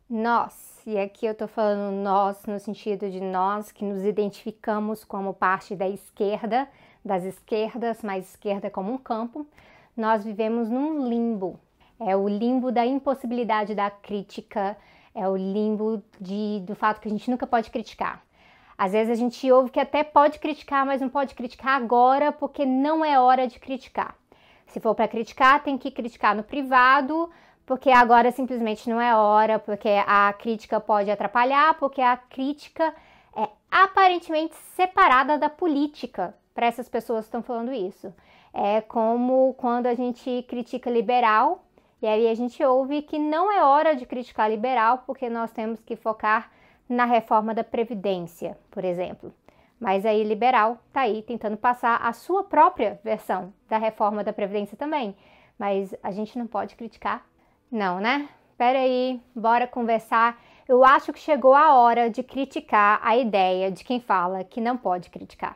Nós, e aqui eu tô falando nós no sentido de nós que nos identificamos como parte da esquerda, das esquerdas, mas esquerda como um campo, nós vivemos num limbo. É o limbo da impossibilidade da crítica, é o limbo do fato que a gente nunca pode criticar. Às vezes a gente ouve que até pode criticar, mas não pode criticar agora porque não é hora de criticar. Se for para criticar, tem que criticar no privado, porque agora simplesmente não é hora, porque a crítica pode atrapalhar, porque a crítica é aparentemente separada da política, para essas pessoas que estão falando isso. É como quando a gente critica liberal, e aí a gente ouve que não é hora de criticar liberal, porque nós temos que focar na reforma da Previdência, por exemplo. Mas aí liberal tá aí tentando passar a sua própria versão da reforma da Previdência também. Mas a gente não pode criticar. Não, né? Pera aí, bora conversar. Eu acho que chegou a hora de criticar a ideia de quem fala que não pode criticar.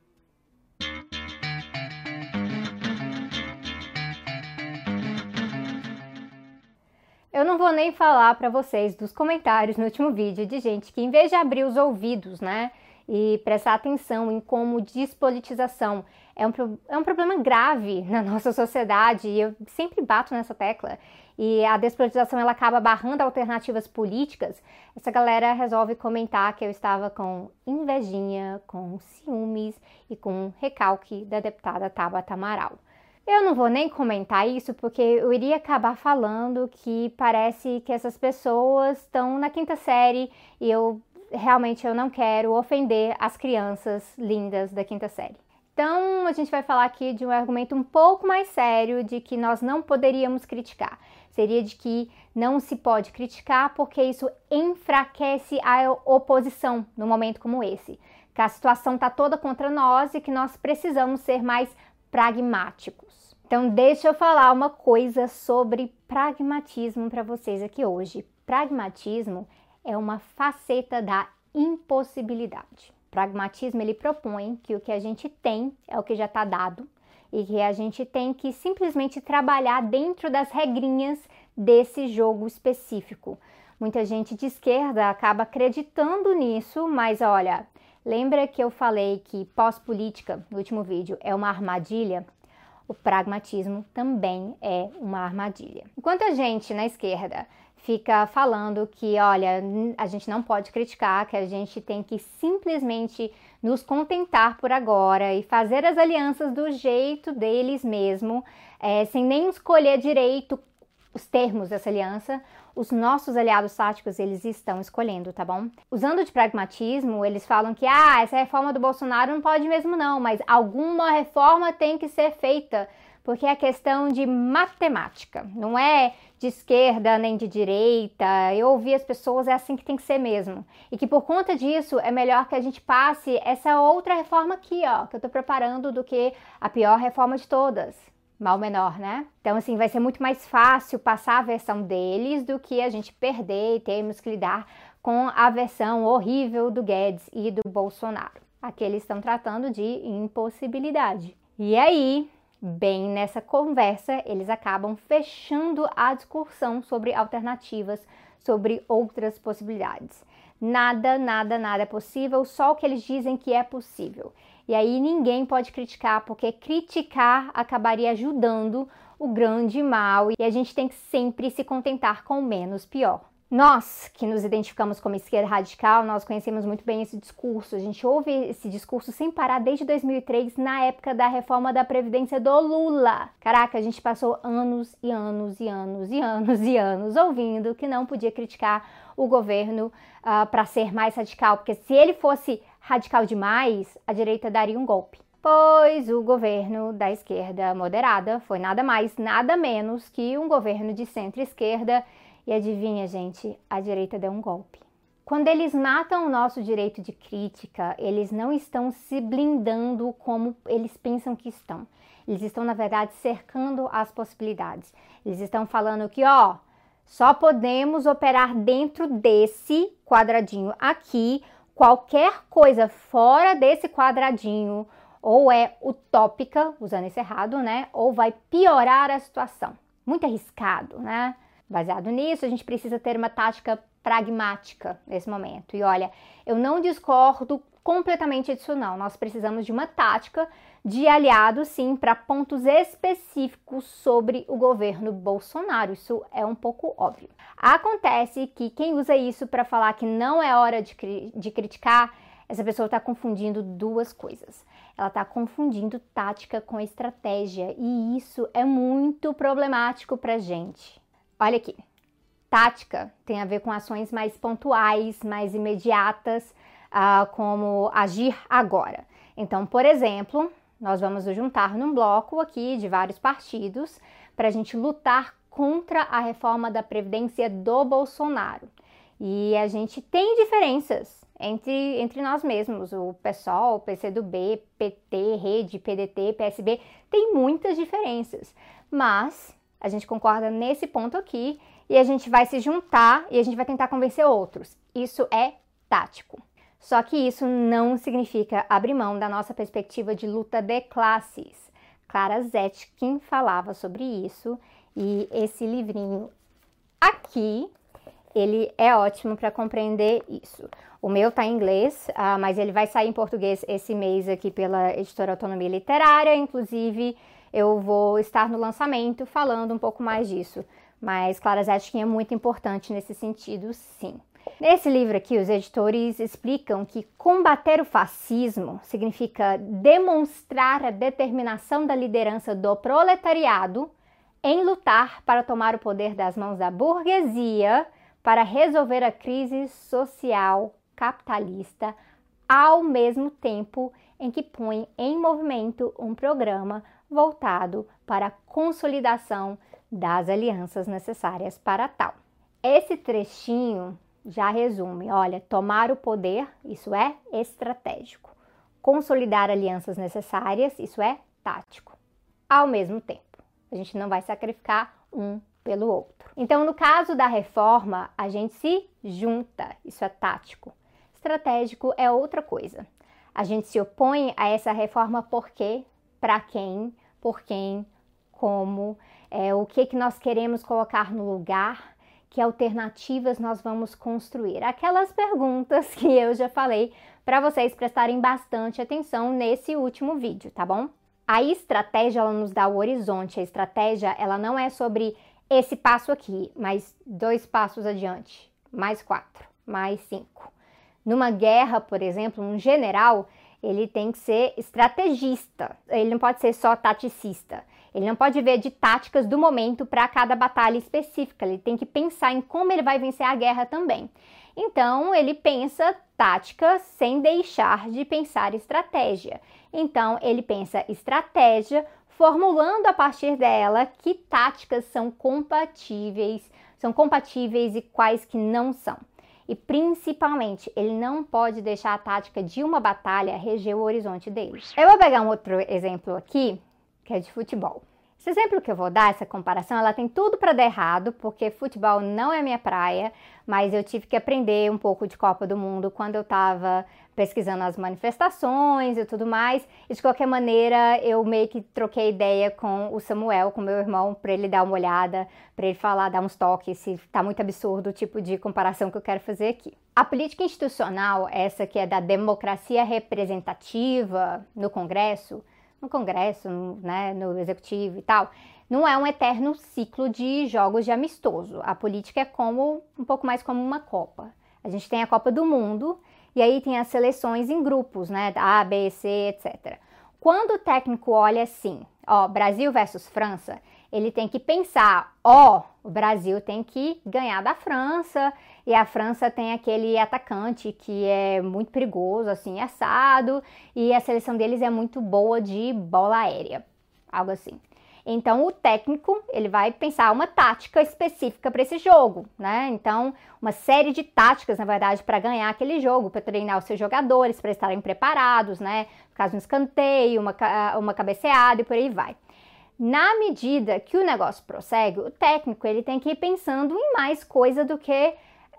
Eu não vou nem falar para vocês dos comentários no último vídeo de gente que, em vez de abrir os ouvidos, né, e prestar atenção em como despolitização é um problema grave na nossa sociedade, e eu sempre bato nessa tecla, e a despolitização ela acaba barrando alternativas políticas, essa galera resolve comentar que eu estava com invejinha, com ciúmes e com recalque da deputada Tabata Amaral. Eu não vou nem comentar isso porque eu iria acabar falando que parece que essas pessoas estão na quinta série e eu não quero ofender as crianças lindas da quinta série. Então a gente vai falar aqui de um argumento um pouco mais sério de que nós não poderíamos criticar. Seria de que não se pode criticar porque isso enfraquece a oposição num momento como esse. Que a situação está toda contra nós e que nós precisamos ser mais pragmáticos. Então deixa eu falar uma coisa sobre pragmatismo para vocês aqui hoje. Pragmatismo é uma faceta da impossibilidade. Pragmatismo ele propõe que o que a gente tem é o que já está dado e que a gente tem que simplesmente trabalhar dentro das regrinhas desse jogo específico. Muita gente de esquerda acaba acreditando nisso, mas olha, lembra que eu falei que pós-política, no último vídeo, é uma armadilha? O pragmatismo também é uma armadilha. Enquanto a gente na esquerda fica falando que, olha, a gente não pode criticar, que a gente tem que simplesmente nos contentar por agora e fazer as alianças do jeito deles mesmo, sem nem escolher direito os termos dessa aliança, os nossos aliados táticos, eles estão escolhendo, tá bom? Usando de pragmatismo, eles falam que, essa reforma do Bolsonaro não pode mesmo não, mas alguma reforma tem que ser feita, porque é questão de matemática, não é de esquerda nem de direita. Eu ouvi as pessoas, é assim que tem que ser mesmo. E que por conta disso, é melhor que a gente passe essa outra reforma aqui, ó, que eu tô preparando do que a pior reforma de todas. Mal menor, né? Então, assim, vai ser muito mais fácil passar a versão deles do que a gente perder e termos que lidar com a versão horrível do Guedes e do Bolsonaro. Aqui eles estão tratando de impossibilidade. E aí, bem nessa conversa, eles acabam fechando a discussão sobre alternativas, sobre outras possibilidades. Nada é possível, só o que eles dizem que é possível. E aí ninguém pode criticar, porque criticar acabaria ajudando o grande mal e a gente tem que sempre se contentar com o menos pior. Nós, que nos identificamos como esquerda radical, nós conhecemos muito bem esse discurso. A gente ouve esse discurso sem parar desde 2003, na época da reforma da Previdência do Lula. Caraca, a gente passou anos e anos e anos e anos e anos ouvindo que não podia criticar o governo para ser mais radical, porque se ele fosse radical demais, a direita daria um golpe. Pois o governo da esquerda moderada foi nada mais, nada menos que um governo de centro-esquerda. E adivinha, gente, a direita deu um golpe. Quando eles matam o nosso direito de crítica, eles não estão se blindando como eles pensam que estão. Eles estão, na verdade, cercando as possibilidades. Eles estão falando que, só podemos operar dentro desse quadradinho aqui. Qualquer coisa fora desse quadradinho ou é utópica, usando esse errado, né? Ou vai piorar a situação. Muito arriscado, né? Baseado nisso, a gente precisa ter uma tática pragmática nesse momento. E olha, eu não discordo completamente disso não. Nós precisamos de uma tática de aliado, sim, para pontos específicos sobre o governo Bolsonaro. Isso é um pouco óbvio. Acontece que quem usa isso para falar que não é hora de criticar, essa pessoa está confundindo duas coisas. Ela está confundindo tática com estratégia e isso é muito problemático para gente. Olha aqui, tática tem a ver com ações mais pontuais, mais imediatas, como agir agora. Então, por exemplo, nós vamos nos juntar num bloco aqui de vários partidos para a gente lutar contra a reforma da Previdência do Bolsonaro. E a gente tem diferenças entre nós mesmos, o PSOL, PCdoB, PT, Rede, PDT, PSB, tem muitas diferenças, mas a gente concorda nesse ponto aqui e a gente vai se juntar e a gente vai tentar convencer outros. Isso é tático. Só que isso não significa abrir mão da nossa perspectiva de luta de classes. Clara Zetkin falava sobre isso e esse livrinho aqui, ele é ótimo para compreender isso. O meu tá em inglês, mas ele vai sair em português esse mês aqui pela editora Autonomia Literária. Inclusive, eu vou estar no lançamento falando um pouco mais disso. Mas Clara Zetkin é muito importante nesse sentido, sim. Nesse livro aqui, os editores explicam que combater o fascismo significa demonstrar a determinação da liderança do proletariado em lutar para tomar o poder das mãos da burguesia para resolver a crise social capitalista, ao mesmo tempo em que põe em movimento um programa voltado para a consolidação das alianças necessárias para tal. Esse trechinho já resume, olha, tomar o poder, isso é estratégico. Consolidar alianças necessárias, isso é tático. Ao mesmo tempo, a gente não vai sacrificar um pelo outro. Então, no caso da reforma, a gente se junta, isso é tático. Estratégico é outra coisa. A gente se opõe a essa reforma por quê? Para quem? Por quem? Como? O que nós queremos colocar no lugar? Que alternativas nós vamos construir? Aquelas perguntas que eu já falei para vocês prestarem bastante atenção nesse último vídeo, tá bom? A estratégia, ela nos dá o horizonte. A estratégia, ela não é sobre esse passo aqui, mais 2 passos adiante, mais 4, mais 5. Numa guerra, por exemplo, um general, ele tem que ser estrategista. Ele não pode ser só taticista. Ele não pode ver de táticas do momento para cada batalha específica. Ele tem que pensar em como ele vai vencer a guerra também. Então, ele pensa tática sem deixar de pensar estratégia. Então, ele pensa estratégia, formulando a partir dela que táticas são compatíveis e quais que não são. E, principalmente, ele não pode deixar a tática de uma batalha reger o horizonte dele. Eu vou pegar um outro exemplo aqui, que é de futebol. Esse exemplo que eu vou dar, essa comparação, ela tem tudo para dar errado, porque futebol não é minha praia, mas eu tive que aprender um pouco de Copa do Mundo quando eu estava pesquisando as manifestações e tudo mais. E de qualquer maneira, eu meio que troquei ideia com o Samuel, com meu irmão, para ele dar uma olhada, para ele falar, dar uns toques, se tá muito absurdo o tipo de comparação que eu quero fazer aqui. A política institucional, essa que é da democracia representativa no Congresso, né, no executivo e tal, não é um eterno ciclo de jogos de amistoso. A política é um pouco mais como uma Copa. A gente tem a Copa do Mundo e aí tem as seleções em grupos, né, A, B, C, etc. Quando o técnico olha assim, Brasil versus França, ele tem que pensar, o Brasil tem que ganhar da França e a França tem aquele atacante que é muito perigoso, assim, assado, e a seleção deles é muito boa de bola aérea, algo assim. Então, o técnico, ele vai pensar uma tática específica para esse jogo, né? Então, uma série de táticas, na verdade, para ganhar aquele jogo, para treinar os seus jogadores, para estarem preparados, né? No caso, um escanteio, uma cabeceada e por aí vai. Na medida que o negócio prossegue, o técnico, ele tem que ir pensando em mais coisa do que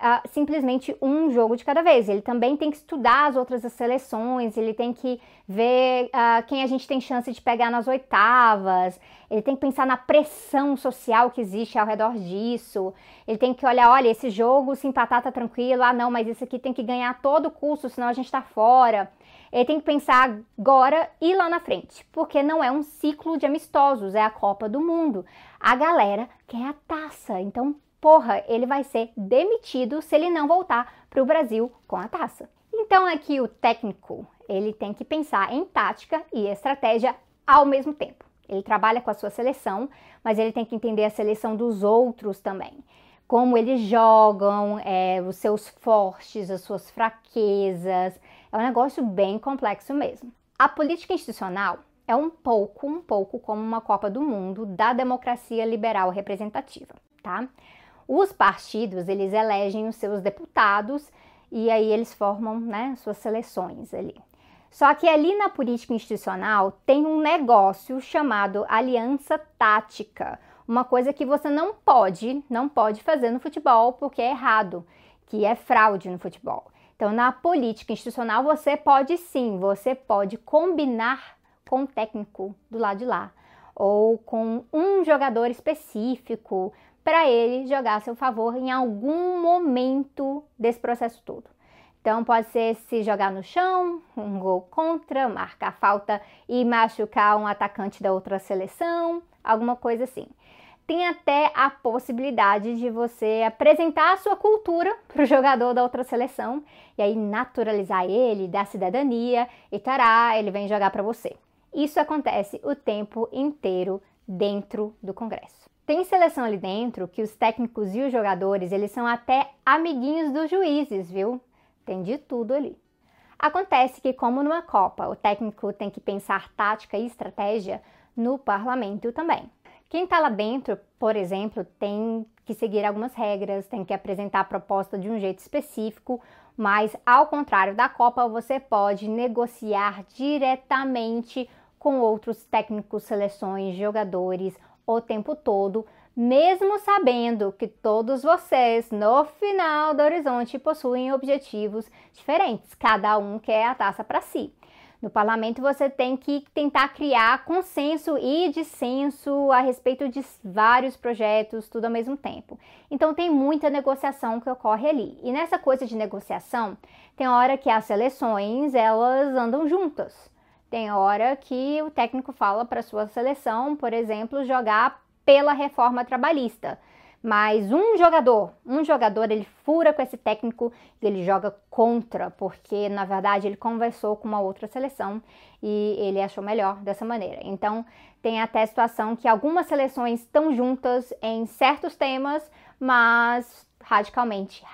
simplesmente um jogo de cada vez. Ele também tem que estudar as outras seleções, ele tem que ver quem a gente tem chance de pegar nas oitavas, ele tem que pensar na pressão social que existe ao redor disso, ele tem que olhar, olha, esse jogo se empatar tá tranquilo, não, mas esse aqui tem que ganhar a todo custo, senão a gente tá fora. Ele tem que pensar agora e lá na frente, porque não é um ciclo de amistosos, é a Copa do Mundo. A galera quer a taça, então, porra, ele vai ser demitido se ele não voltar para o Brasil com a taça. Então aqui o técnico, ele tem que pensar em tática e estratégia ao mesmo tempo. Ele trabalha com a sua seleção, mas ele tem que entender a seleção dos outros também. Como eles jogam, os seus fortes, as suas fraquezas. É um negócio bem complexo mesmo. A política institucional é um pouco como uma Copa do Mundo da democracia liberal representativa, tá? Os partidos, eles elegem os seus deputados e aí eles formam, né, suas seleções ali. Só que ali na política institucional tem um negócio chamado aliança tática, uma coisa que você não pode fazer no futebol porque é errado, que é fraude no futebol. Então, na política institucional, você pode sim, você pode combinar com o técnico do lado de lá, ou com um jogador específico, para ele jogar a seu favor em algum momento desse processo todo. Então, pode ser se jogar no chão, um gol contra, marcar falta e machucar um atacante da outra seleção, alguma coisa assim. Tem até a possibilidade de você apresentar a sua cultura para o jogador da outra seleção e aí naturalizar ele, dar cidadania e tará, ele vem jogar para você. Isso acontece o tempo inteiro dentro do Congresso. Tem seleção ali dentro que os técnicos e os jogadores, eles são até amiguinhos dos juízes, viu? Tem de tudo ali. Acontece que, como numa Copa, o técnico tem que pensar tática e estratégia, no parlamento também. Quem está lá dentro, por exemplo, tem que seguir algumas regras, tem que apresentar a proposta de um jeito específico, mas ao contrário da Copa, você pode negociar diretamente com outros técnicos, seleções, jogadores o tempo todo, mesmo sabendo que todos vocês, no final do horizonte, possuem objetivos diferentes. Cada um quer a taça para si. No parlamento, você tem que tentar criar consenso e dissenso a respeito de vários projetos, tudo ao mesmo tempo. Então, tem muita negociação que ocorre ali. E nessa coisa de negociação, tem hora que as seleções, elas andam juntas. Tem hora que o técnico fala para sua seleção, por exemplo, jogar pela reforma trabalhista. Mas um jogador, ele fura com esse técnico e ele joga contra, porque na verdade ele conversou com uma outra seleção e ele achou melhor dessa maneira. Então tem até a situação que algumas seleções estão juntas em certos temas, mas radicalmente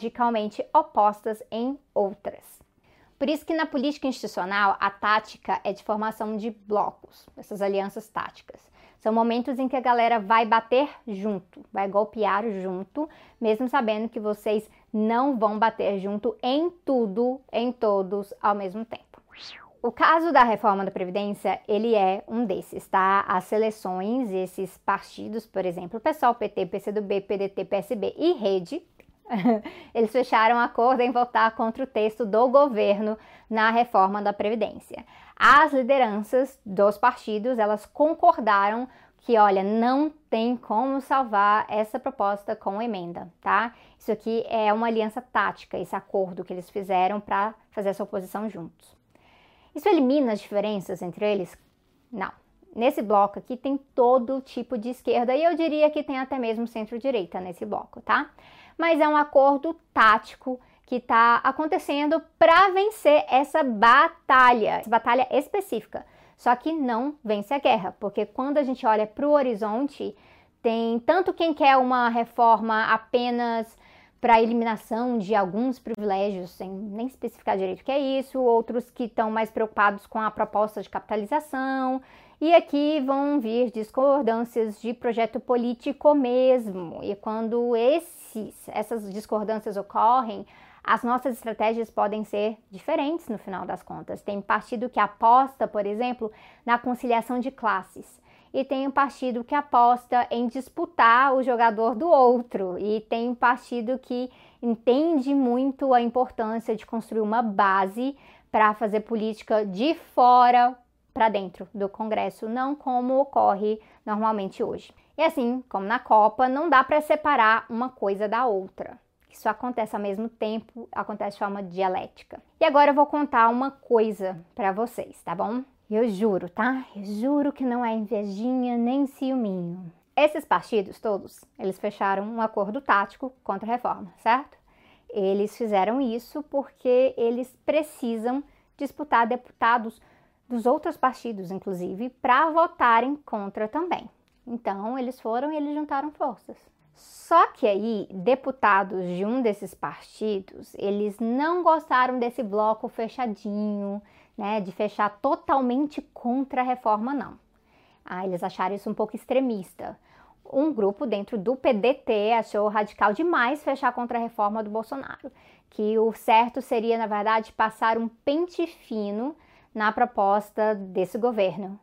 opostas em outras. Por isso que na política institucional a tática é de formação de blocos, essas alianças táticas. São momentos em que a galera vai bater junto, vai golpear junto, mesmo sabendo que vocês não vão bater junto em tudo, em todos, ao mesmo tempo. O caso da reforma da Previdência, ele é um desses, tá? As seleções, esses partidos, por exemplo, PSOL, PT, PCdoB, PDT, PSB e Rede, eles fecharam acordo em votar contra o texto do governo na reforma da Previdência. As lideranças dos partidos, elas concordaram que, olha, não tem como salvar essa proposta com emenda, tá? Isso aqui é uma aliança tática, esse acordo que eles fizeram para fazer essa oposição juntos. Isso elimina as diferenças entre eles? Não. Nesse bloco aqui tem todo tipo de esquerda e eu diria que tem até mesmo centro-direita nesse bloco, tá? Mas é um acordo tático que está acontecendo para vencer essa batalha específica. Só que não vence a guerra, porque quando a gente olha para o horizonte, tem tanto quem quer uma reforma apenas para a eliminação de alguns privilégios, sem nem especificar direito o que é isso, outros que estão mais preocupados com a proposta de capitalização, e aqui vão vir discordâncias de projeto político mesmo, e quando essas discordâncias ocorrem, as nossas estratégias podem ser diferentes no final das contas. Tem partido que aposta, por exemplo, na conciliação de classes. E tem um partido que aposta em disputar o jogador do outro. E tem um partido que entende muito a importância de construir uma base para fazer política de fora para dentro do Congresso, não como ocorre normalmente hoje. E assim, como na Copa, não dá para separar uma coisa da outra. Isso acontece ao mesmo tempo, acontece de forma dialética. E agora eu vou contar uma coisa para vocês, tá bom? Eu juro, tá? Eu juro que não é invejinha nem ciúminho. Esses partidos todos, eles fecharam um acordo tático contra a reforma, certo? Eles fizeram isso porque eles precisam disputar deputados dos outros partidos, inclusive, para votarem contra também. Então, eles foram e eles juntaram forças. Só que aí, deputados de um desses partidos, eles não gostaram desse bloco fechadinho, né, de fechar totalmente contra a reforma, não. Eles acharam isso um pouco extremista. Um grupo dentro do PDT achou radical demais fechar contra a reforma do Bolsonaro, que o certo seria, na verdade, passar um pente fino na proposta desse governo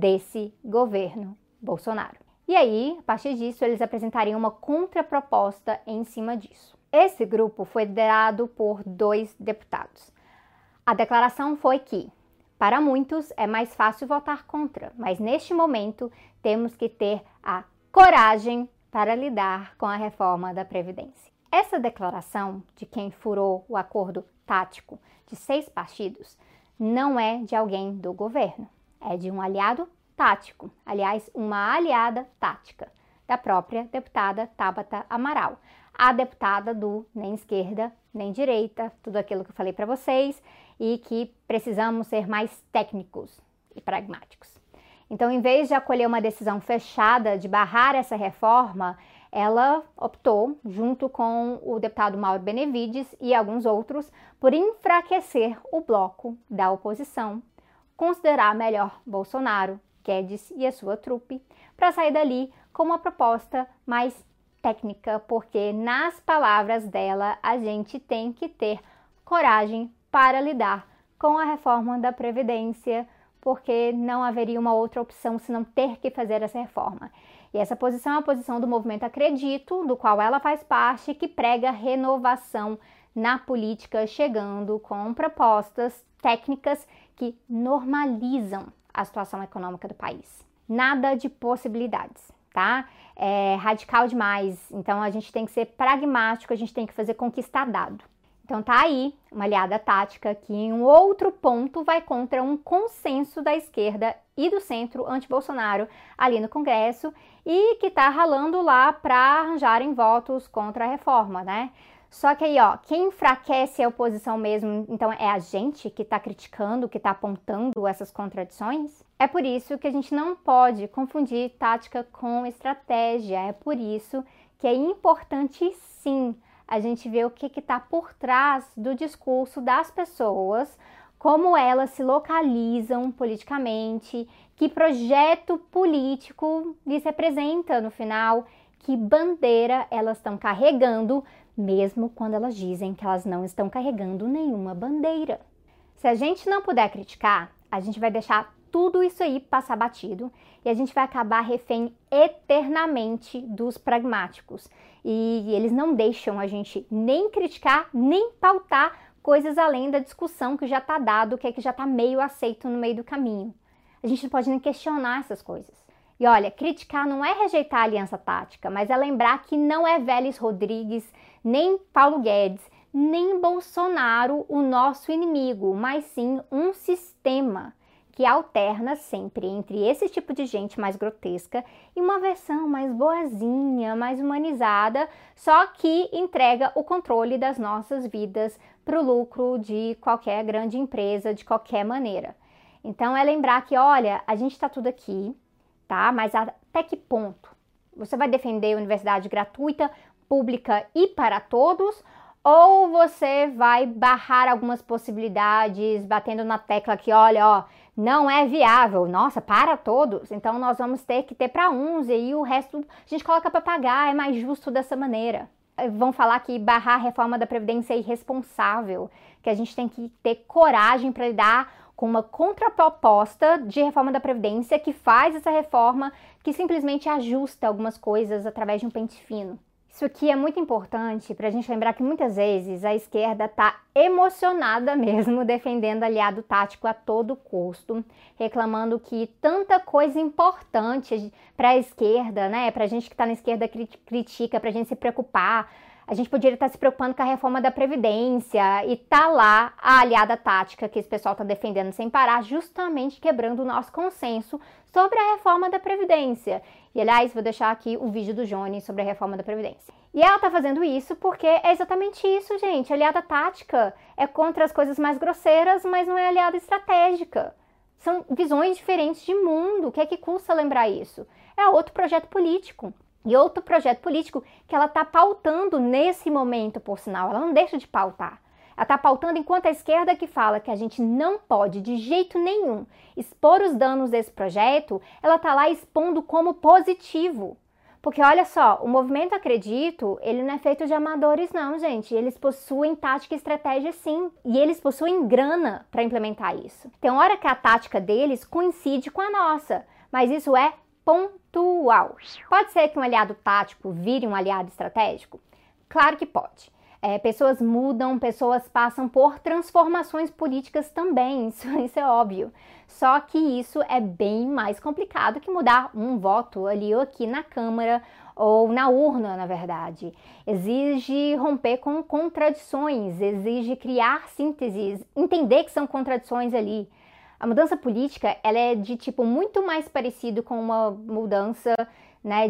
Bolsonaro. E aí, a partir disso, eles apresentariam uma contraproposta em cima disso. Esse grupo foi liderado por 2 deputados. A declaração foi que, para muitos, é mais fácil votar contra, mas neste momento temos que ter a coragem para lidar com a reforma da Previdência. Essa declaração de quem furou o acordo tático de 6 partidos não é de alguém do governo, é de um aliado tático, aliás, uma aliada tática da própria deputada Tabata Amaral, a deputada do nem esquerda, nem direita, tudo aquilo que eu falei para vocês e que precisamos ser mais técnicos e pragmáticos. Então, em vez de acolher uma decisão fechada de barrar essa reforma, ela optou, junto com o deputado Mauro Benevides e alguns outros, por enfraquecer o bloco da oposição, considerar melhor Bolsonaro, Guedes e a sua trupe, para sair dali com uma proposta mais técnica, porque nas palavras dela, a gente tem que ter coragem para lidar com a reforma da Previdência, porque não haveria uma outra opção senão ter que fazer essa reforma. E essa posição é a posição do movimento Acredito, do qual ela faz parte, que prega renovação na política, chegando com propostas técnicas que normalizam a situação econômica do país. Nada de possibilidades, tá? É radical demais, então a gente tem que ser pragmático, a gente tem que fazer conquistar dado. Então tá aí uma aliada tática que em um outro ponto vai contra um consenso da esquerda e do centro anti-Bolsonaro ali no Congresso e que tá ralando lá para arranjarem votos contra a reforma, né? Só que aí, ó, quem enfraquece a oposição mesmo, então é a gente que tá criticando, que tá apontando essas contradições? É por isso que a gente não pode confundir tática com estratégia, é por isso que é importante sim a gente ver o que está por trás do discurso das pessoas, como elas se localizam politicamente, que projeto político lhes representa no final, que bandeira elas estão carregando, mesmo quando elas dizem que elas não estão carregando nenhuma bandeira. Se a gente não puder criticar, a gente vai deixar tudo isso aí passar batido e a gente vai acabar refém eternamente dos pragmáticos. E eles não deixam a gente nem criticar, nem pautar coisas além da discussão que já está dado, que já está meio aceito no meio do caminho. A gente não pode nem questionar essas coisas. E olha, criticar não é rejeitar a aliança tática, mas é lembrar que não é Vélez Rodrigues, nem Paulo Guedes, nem Bolsonaro o nosso inimigo, mas sim um sistema que alterna sempre entre esse tipo de gente mais grotesca e uma versão mais boazinha, mais humanizada, só que entrega o controle das nossas vidas para o lucro de qualquer grande empresa, de qualquer maneira. Então é lembrar que, olha, a gente está tudo aqui, tá? Mas até que ponto? Você vai defender a universidade gratuita, pública e para todos? Ou você vai barrar algumas possibilidades, batendo na tecla que, olha, ó, não é viável, nossa, para todos, então nós vamos ter que ter para uns e aí o resto a gente coloca para pagar, é mais justo dessa maneira. Vão falar que barrar a reforma da Previdência é irresponsável, que a gente tem que ter coragem para lidar com uma contraproposta de reforma da Previdência que faz essa reforma, que simplesmente ajusta algumas coisas através de um pente fino. Isso aqui é muito importante para a gente lembrar que muitas vezes a esquerda está emocionada mesmo, defendendo aliado tático a todo custo, reclamando que tanta coisa importante para a esquerda, né? Para a gente que está na esquerda critica, para a gente se preocupar. A gente poderia estar se preocupando com a reforma da Previdência e tá lá a aliada tática que esse pessoal está defendendo sem parar, justamente quebrando o nosso consenso sobre a reforma da Previdência. E, aliás, vou deixar aqui o vídeo do Johnny sobre a reforma da Previdência. E ela tá fazendo isso porque é exatamente isso, gente. Aliada tática é contra as coisas mais grosseiras, mas não é aliada estratégica. São visões diferentes de mundo. O que é que custa lembrar isso? É outro projeto político. E outro projeto político que ela está pautando nesse momento, por sinal, ela não deixa de pautar. Ela está pautando enquanto a esquerda que fala que a gente não pode de jeito nenhum expor os danos desse projeto, ela está lá expondo como positivo. Porque olha só, o movimento Acredito, ele não é feito de amadores não, gente. Eles possuem tática e estratégia sim. E eles possuem grana para implementar isso. Tem hora que a tática deles coincide com a nossa, mas isso é pontual. Pode ser que um aliado tático vire um aliado estratégico? Claro que pode. Pessoas mudam, pessoas passam por transformações políticas também, isso é óbvio. Só que isso é bem mais complicado que mudar um voto ali ou aqui na Câmara ou na urna, na verdade. Exige romper com contradições, exige criar sínteses, entender que são contradições ali. A mudança política, ela é de tipo muito mais parecido com uma mudança, né,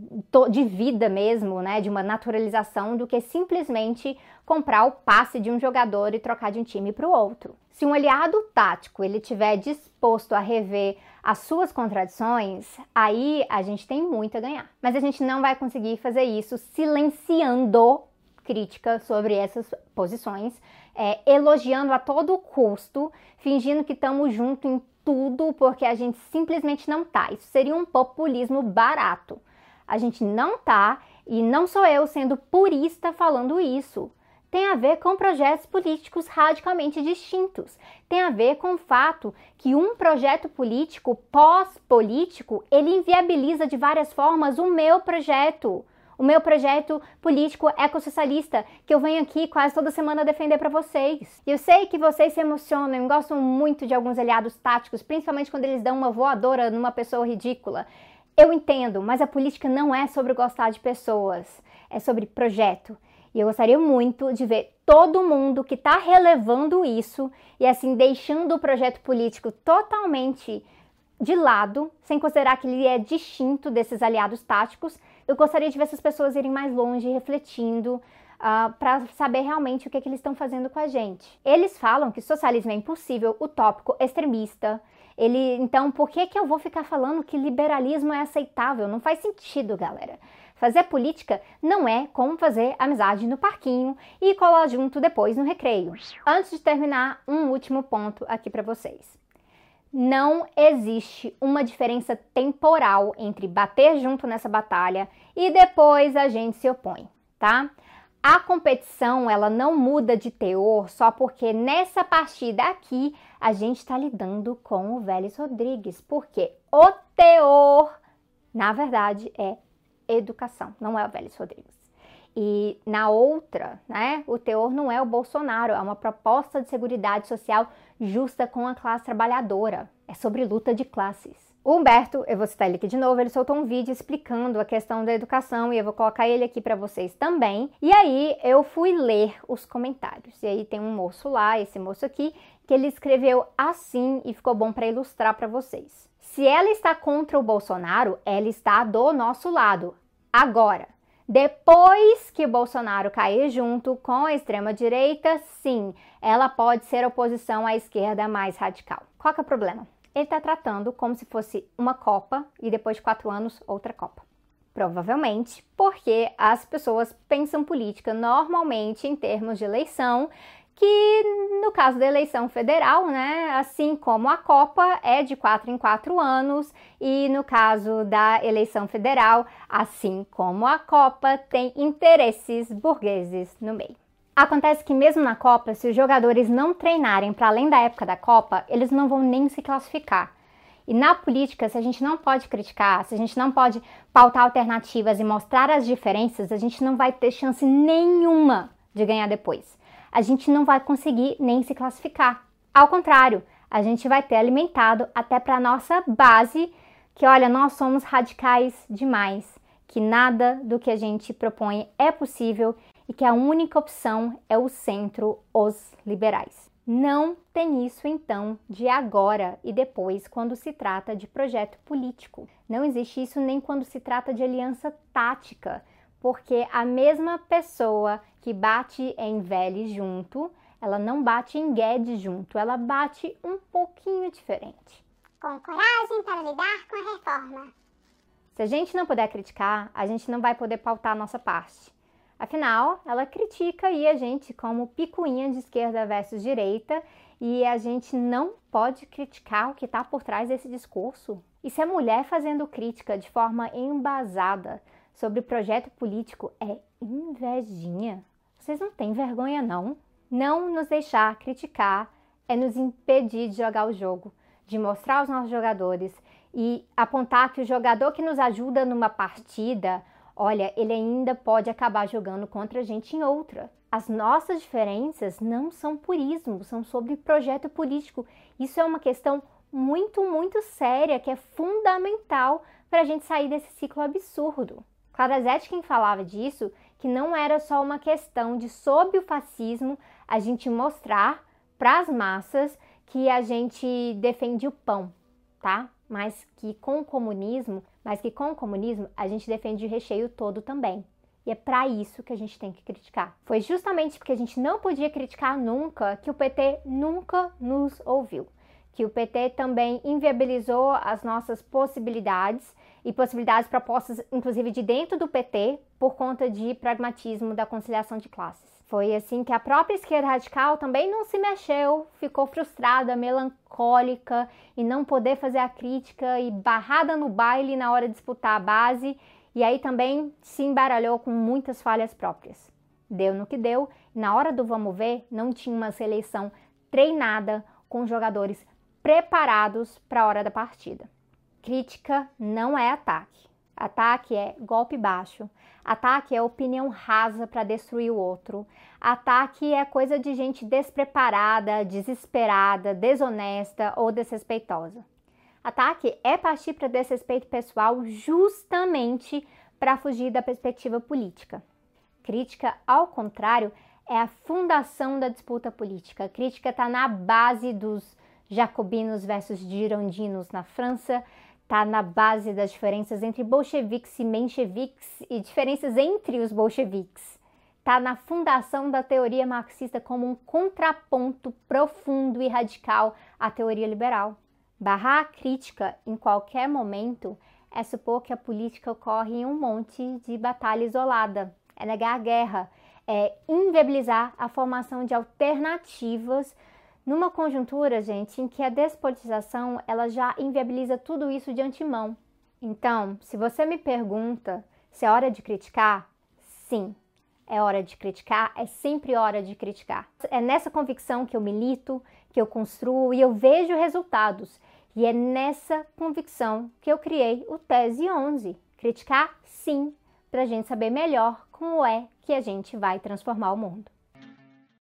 de vida mesmo, né, de uma naturalização, do que simplesmente comprar o passe de um jogador e trocar de um time para o outro. Se um aliado tático ele estiver disposto a rever as suas contradições, aí a gente tem muito a ganhar. Mas a gente não vai conseguir fazer isso silenciando crítica sobre essas posições, elogiando a todo custo, fingindo que estamos juntos em tudo, porque a gente simplesmente não tá. Isso seria um populismo barato. A gente não tá, e não sou eu sendo purista falando isso. Tem a ver com projetos políticos radicalmente distintos. Tem a ver com o fato que um projeto político pós-político, ele inviabiliza de várias formas o meu projeto. O meu projeto político ecossocialista, que eu venho aqui quase toda semana defender para vocês. Eu sei que vocês se emocionam e gostam muito de alguns aliados táticos, principalmente quando eles dão uma voadora numa pessoa ridícula. Eu entendo, mas a política não é sobre gostar de pessoas, é sobre projeto. E eu gostaria muito de ver todo mundo que está relevando isso e assim deixando o projeto político totalmente de lado, sem considerar que ele é distinto desses aliados táticos. Eu gostaria de ver essas pessoas irem mais longe, refletindo, para saber realmente o que eles estão fazendo com a gente. Eles falam que socialismo é impossível, utópico, extremista. Então, por que eu vou ficar falando que liberalismo é aceitável? Não faz sentido, galera. Fazer política não é como fazer amizade no parquinho e colar junto depois no recreio. Antes de terminar, um último ponto aqui para vocês. Não existe uma diferença temporal entre bater junto nessa batalha e depois a gente se opõe, tá? A competição, ela não muda de teor só porque nessa partida aqui a gente está lidando com o Vélez Rodrigues, porque o teor, na verdade, é educação, não é o Vélez Rodrigues. E na outra, né, o teor não é o Bolsonaro, é uma proposta de seguridade social justa com a classe trabalhadora. É sobre luta de classes. O Humberto, eu vou citar ele aqui de novo, ele soltou um vídeo explicando a questão da educação e eu vou colocar ele aqui para vocês também. E aí eu fui ler os comentários. E aí tem um moço lá, esse moço aqui, que ele escreveu assim e ficou bom para ilustrar para vocês. Se ela está contra o Bolsonaro, ela está do nosso lado. Agora, depois que o Bolsonaro cair junto com a extrema-direita, sim, ela pode ser oposição à esquerda mais radical. Qual que é o problema? Ele está tratando como se fosse uma Copa e depois de 4 anos, outra Copa. Provavelmente porque as pessoas pensam política normalmente em termos de eleição, que no caso da eleição federal, né, assim como a Copa é de 4 em 4 anos, e no caso da eleição federal, assim como a Copa, tem interesses burgueses no meio. Acontece que mesmo na Copa, se os jogadores não treinarem para além da época da Copa, eles não vão nem se classificar. E na política, se a gente não pode criticar, se a gente não pode pautar alternativas e mostrar as diferenças, a gente não vai ter chance nenhuma de ganhar depois. A gente não vai conseguir nem se classificar. Ao contrário, a gente vai ter alimentado até para a nossa base que, olha, nós somos radicais demais, que nada do que a gente propõe é possível e que a única opção é o centro, os liberais. Não tem isso, então, de agora e depois quando se trata de projeto político. Não existe isso nem quando se trata de aliança tática, porque a mesma pessoa que bate em Vélez junto, ela não bate em Guedes junto, ela bate um pouquinho diferente. Com coragem para lidar com a reforma. Se a gente não puder criticar, a gente não vai poder pautar a nossa parte. Afinal, ela critica aí a gente como picuinha de esquerda versus direita e a gente não pode criticar o que está por trás desse discurso. E se a mulher fazendo crítica de forma embasada sobre projeto político é invejinha, vocês não têm vergonha não? Não nos deixar criticar é nos impedir de jogar o jogo, de mostrar aos nossos jogadores e apontar que o jogador que nos ajuda numa partida, olha, ele ainda pode acabar jogando contra a gente em outra. As nossas diferenças não são purismo, são sobre projeto político. Isso é uma questão muito séria, que é fundamental para a gente sair desse ciclo absurdo. Clara Zetkin falava disso, que não era só uma questão de, sob o fascismo, a gente mostrar para as massas que a gente defende o pão, tá? Mas que com o comunismo a gente defende o recheio todo também. E é para isso que a gente tem que criticar. Foi justamente porque a gente não podia criticar nunca que o PT nunca nos ouviu. Que o PT também inviabilizou as nossas possibilidades e possibilidades propostas, inclusive, de dentro do PT, por conta de pragmatismo da conciliação de classes. Foi assim que a própria esquerda radical também não se mexeu, ficou frustrada, melancólica e não poder fazer a crítica e barrada no baile na hora de disputar a base, e aí também se embaralhou com muitas falhas próprias. Deu no que deu, e na hora do vamos ver, não tinha uma seleção treinada com jogadores preparados para a hora da partida. Crítica não é ataque. Ataque é golpe baixo. Ataque é opinião rasa para destruir o outro. Ataque é coisa de gente despreparada, desesperada, desonesta ou desrespeitosa. Ataque é partir para desrespeito pessoal justamente para fugir da perspectiva política. Crítica, ao contrário, é a fundação da disputa política. A crítica está na base dos jacobinos versus girondinos na França, está na base das diferenças entre bolcheviques e mencheviques e diferenças entre os bolcheviques. Está na fundação da teoria marxista como um contraponto profundo e radical à teoria liberal. Barrar a crítica em qualquer momento é supor que a política ocorre em um monte de batalha isolada, é negar a guerra, é inviabilizar a formação de alternativas numa conjuntura, gente, em que a despolitização ela já inviabiliza tudo isso de antemão. Então, se você me pergunta se é hora de criticar, sim, é hora de criticar, é sempre hora de criticar. É nessa convicção que eu milito, que eu construo e eu vejo resultados. E é nessa convicção que eu criei o Tese 11. Criticar, sim, para a gente saber melhor como é que a gente vai transformar o mundo.